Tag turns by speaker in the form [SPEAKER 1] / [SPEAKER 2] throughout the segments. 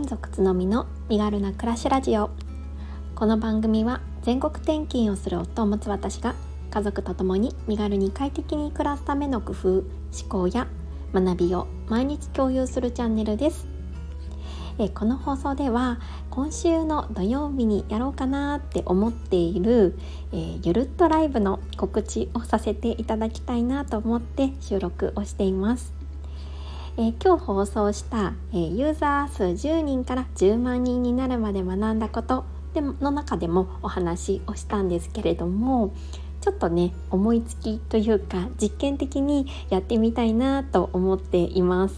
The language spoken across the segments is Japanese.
[SPEAKER 1] 族つのみの身軽な暮らしラジオ。この番組は全国転勤をする夫を持つ私が家族と共に身軽に快適に暮らすための工夫、思考や学びを毎日共有するチャンネルです。この放送では今週の土曜日にやろうかなって思っている、ゆるっとライブの告知をさせていただきたいなと思って収録をしています。今日放送した、ユーザー数10人から10万人になるまで学んだことの中でもお話をしたんですけれども、ちょっとね思いつきというか実験的にやってみたいなと思っています。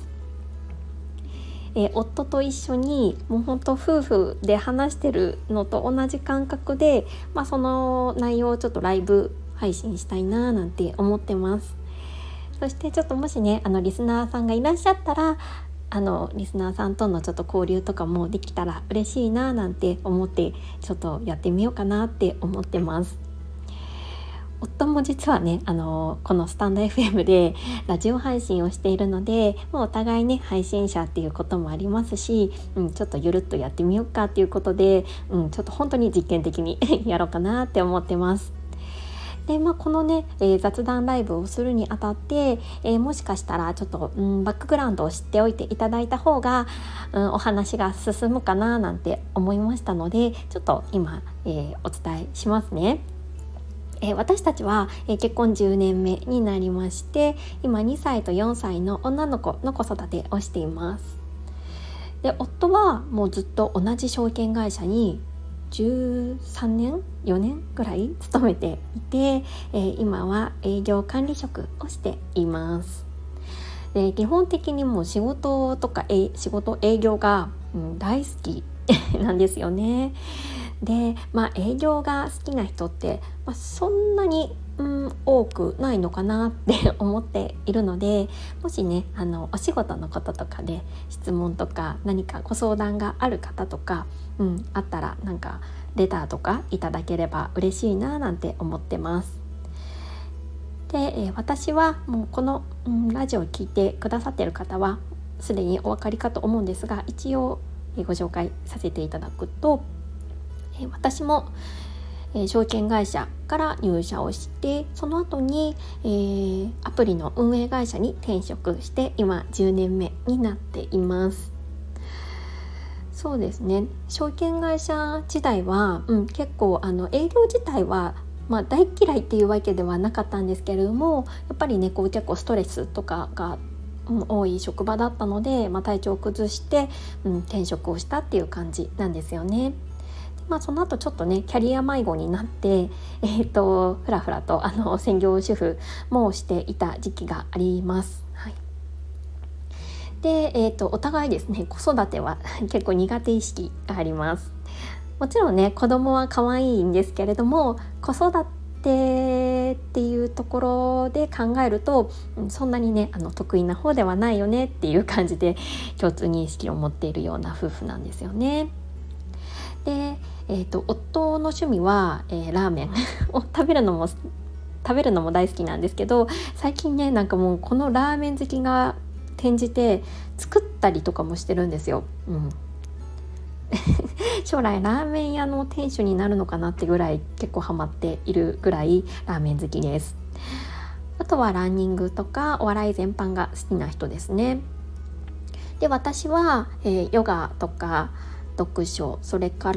[SPEAKER 1] 夫と一緒にもう本当夫婦で話してるのと同じ感覚で、その内容をちょっとライブ配信したいななんて思ってます。そしてちょっともしねリスナーさんがいらっしゃったらリスナーさんとのちょっと交流とかもできたら嬉しいななんて思ってちょっとやってみようかなって思ってます。夫も実はねこのスタンド FM でラジオ配信をしているので、もうお互いね配信者っていうこともありますし、ちょっとゆるっとやってみようかっていうことで、ちょっと本当に実験的にやろうかなって思ってます。でこのね、雑談ライブをするにあたって、もしかしたらちょっと、バックグラウンドを知っておいていただいた方が、お話が進むかななんて思いましたので、ちょっと今、お伝えしますね。私たちは、結婚10年目になりまして、今2歳と4歳の女の子の子育てをしています。で夫はもうずっと同じ証券会社に13年4年ぐらい勤めていて、今は営業管理職をしています。で基本的にもう仕事とか営業が、大好きなんですよね。で営業が好きな人って、そんなに、多くないのかなって思っているので、もしねお仕事のこととかで質問とか何かご相談がある方とか、あったらなんかレターとかいただければ嬉しいななんて思ってます。で、私はもうこの、ラジオを聞いてくださっている方はすでにお分かりかと思うんですが、一応、ご紹介させていただくと、私も、証券会社から入社をして、その後に、アプリの運営会社に転職して今10年目になっています。そうですね、証券会社時代は、結構営業自体は、大嫌いっていうわけではなかったんですけれども、やっぱりね結構ストレスとかが、多い職場だったので、体調を崩して、転職をしたっていう感じなんですよね。その後ちょっとねキャリア迷子になって、ふらふらと専業主婦もしていた時期があります。で、お互いですね子育ては結構苦手意識があります。もちろんね子供は可愛いんですけれども、子育てっていうところで考えると、そんなにね得意な方ではないよねっていう感じで共通認識を持っているような夫婦なんですよね。で、夫の趣味は、ラーメンを食べるのも大好きなんですけど、最近ねもうこのラーメン好きが転じて作ったりとかもしてるんですよ。将来ラーメン屋の店主になるのかなってぐらい結構ハマっているぐらいラーメン好きです。あとはランニングとかお笑い全般が好きな人ですね。で私は、ヨガとか読書、それから、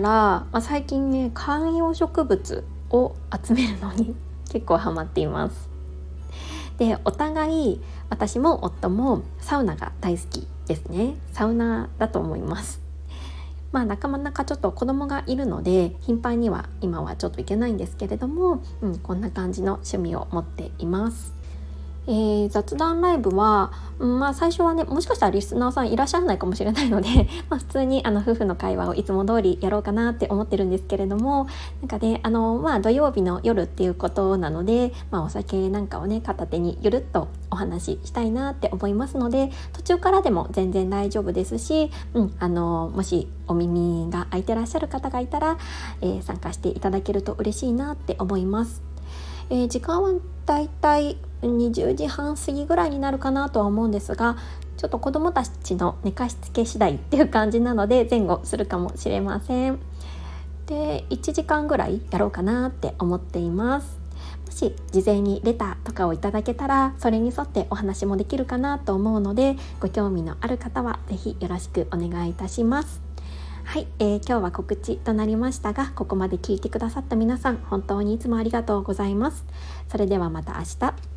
[SPEAKER 1] 最近ね観葉植物を集めるのに結構ハマっています。でお互い私も夫もサウナが大好きですね。サウナだと思います。なかなかちょっと子供がいるので頻繁には今はちょっといけないんですけれども、こんな感じの趣味を持っています。雑談ライブは、最初はねもしかしたらリスナーさんいらっしゃらないかもしれないので普通に夫婦の会話をいつも通りやろうかなって思ってるんですけれども、土曜日の夜っていうことなので、お酒なんかをね片手にゆるっとお話ししたいなって思いますので、途中からでも全然大丈夫ですし、もしお耳が空いてらっしゃる方がいたら、参加していただけると嬉しいなって思います。時間はだいたい20時半過ぎぐらいになるかなとは思うんですが、 ちょっと子どもたちの寝かしつけ次第っていう感じなので前後するかもしれません。で1時間ぐらいやろうかなって思っています。もし事前にレターとかをいただけたらそれに沿ってお話もできるかなと思うので、ご興味のある方はぜひよろしくお願いいたします。はい、今日は告知となりましたが、ここまで聞いてくださった皆さん本当にいつもありがとうございます。それではまた明日。